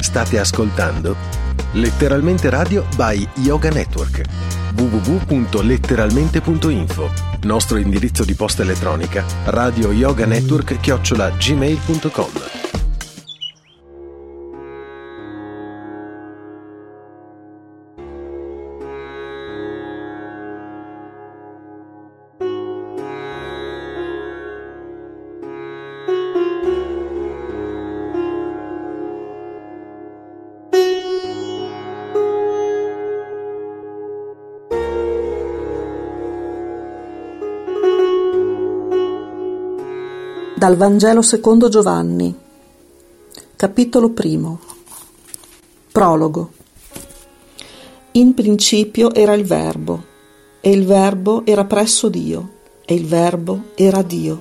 State ascoltando Letteralmente Radio by Yoga Network. www.letteralmente.info. Nostro indirizzo di posta elettronica radioyoganetwork@gmail.com. Dal Vangelo secondo Giovanni, capitolo 1. Prologo. In principio era il Verbo, e il Verbo era presso Dio, e il Verbo era Dio.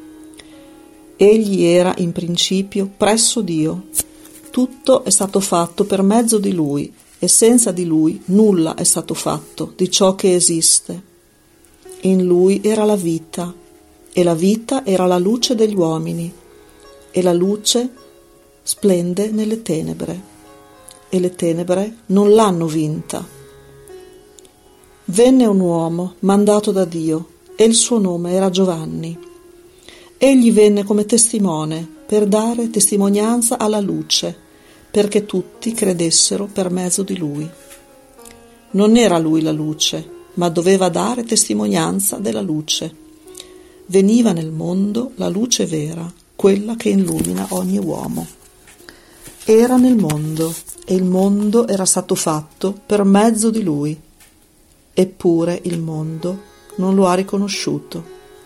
Egli era in principio presso Dio. Tutto è stato fatto per mezzo di Lui, e senza di Lui nulla è stato fatto di ciò che esiste. In Lui era la vita, e la vita era la luce degli uomini, e la luce splende nelle tenebre, e le tenebre non l'hanno vinta. Venne un uomo mandato da Dio, e il suo nome era Giovanni. Egli venne come testimone per dare testimonianza alla luce, perché tutti credessero per mezzo di lui. Non era lui la luce, ma doveva dare testimonianza della luce. Veniva nel mondo la luce vera, quella che illumina ogni uomo. Era nel mondo, e il mondo era stato fatto per mezzo di lui, eppure il mondo non lo ha riconosciuto.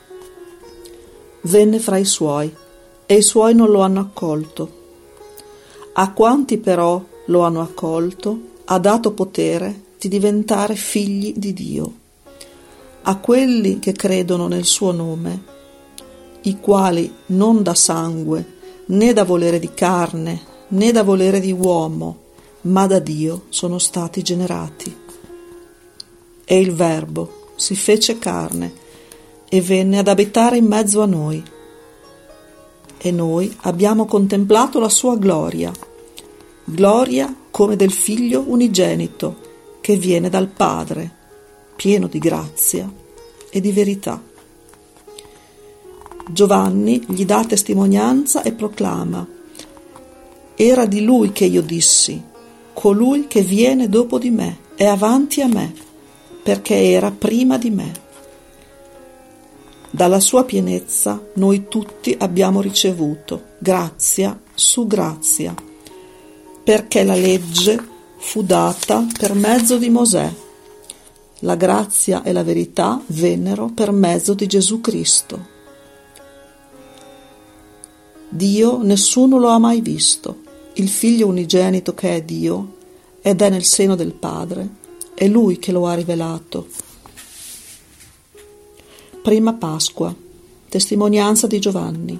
Venne fra i suoi, e i suoi non lo hanno accolto. A quanti però lo hanno accolto, ha dato potere di diventare figli di Dio. A quelli che credono nel suo nome, i quali non da sangue, né da volere di carne, né da volere di uomo, ma da Dio sono stati generati. E il Verbo si fece carne e venne ad abitare in mezzo a noi. E noi abbiamo contemplato la sua gloria come del Figlio unigenito, che viene dal Padre, pieno di grazia e di verità. Giovanni gli dà testimonianza e proclama: era di lui che io dissi, colui che viene dopo di me è avanti a me, perché era prima di me. Dalla sua pienezza noi tutti abbiamo ricevuto grazia su grazia, perché la legge fu data per mezzo di Mosè. La grazia e la verità vennero per mezzo di Gesù Cristo. Dio nessuno lo ha mai visto, il Figlio unigenito che è Dio ed è nel seno del Padre, è Lui che lo ha rivelato. Prima Pasqua, testimonianza di Giovanni.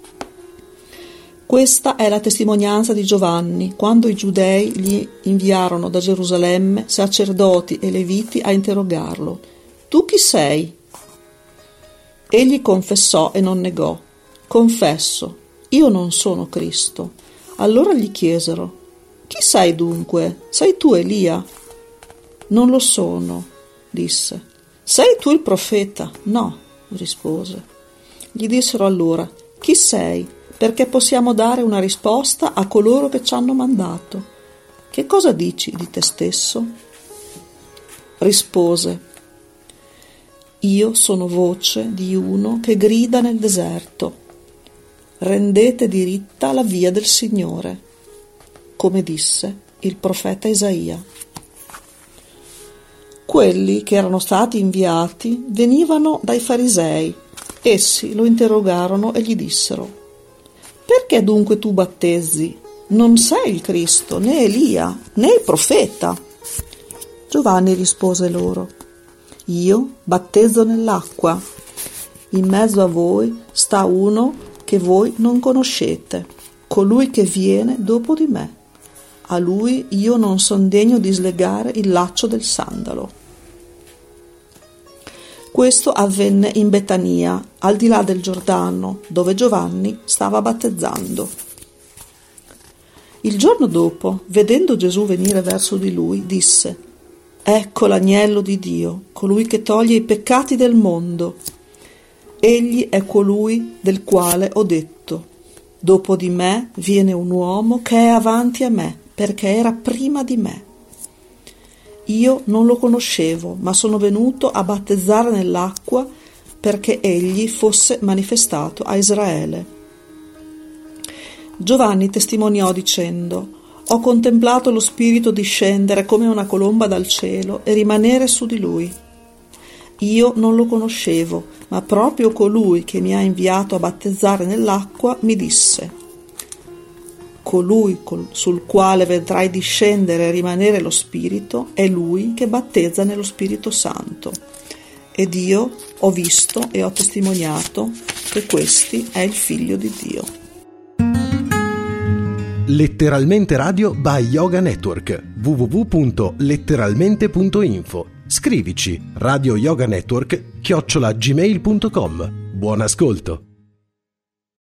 Questa è la testimonianza di Giovanni, quando i giudei gli inviarono da Gerusalemme sacerdoti e leviti a interrogarlo. Tu chi sei? Egli confessò e non negò. Confesso, io non sono Cristo. Allora gli chiesero: chi sei dunque? Sei tu Elia? Non lo sono, disse. Sei tu il profeta? No, rispose. Gli dissero allora: chi sei? Perché possiamo dare una risposta a coloro che ci hanno mandato. Che cosa dici di te stesso? Rispose: io sono voce di uno che grida nel deserto: rendete diritta la via del Signore, come disse il profeta Isaia. Quelli che erano stati inviati venivano dai farisei. Essi lo interrogarono e gli dissero: perché dunque tu battezzi? Non sei il Cristo, né Elia, né il profeta. Giovanni rispose loro: io battezzo nell'acqua. In mezzo a voi sta uno che voi non conoscete, colui che viene dopo di me. A lui io non son degno di slegare il laccio del sandalo. Questo avvenne in Betania, al di là del Giordano, dove Giovanni stava battezzando. Il giorno dopo, vedendo Gesù venire verso di lui, disse: «Ecco l'agnello di Dio, colui che toglie i peccati del mondo. Egli è colui del quale ho detto: dopo di me viene un uomo che è avanti a me, perché era prima di me. Io non lo conoscevo, ma sono venuto a battezzare nell'acqua perché egli fosse manifestato a Israele». Giovanni testimoniò dicendo: «Ho contemplato lo Spirito discendere come una colomba dal cielo e rimanere su di lui. Io non lo conoscevo, ma proprio colui che mi ha inviato a battezzare nell'acqua mi disse: colui sul quale vedrai discendere e rimanere lo Spirito è lui che battezza nello Spirito Santo. Ed io ho visto e ho testimoniato che questi è il Figlio di Dio». Letteralmente Radio by Yoga Network, www.letteralmente.info. Scrivici radioyoganetwork@gmail.com. Buon ascolto.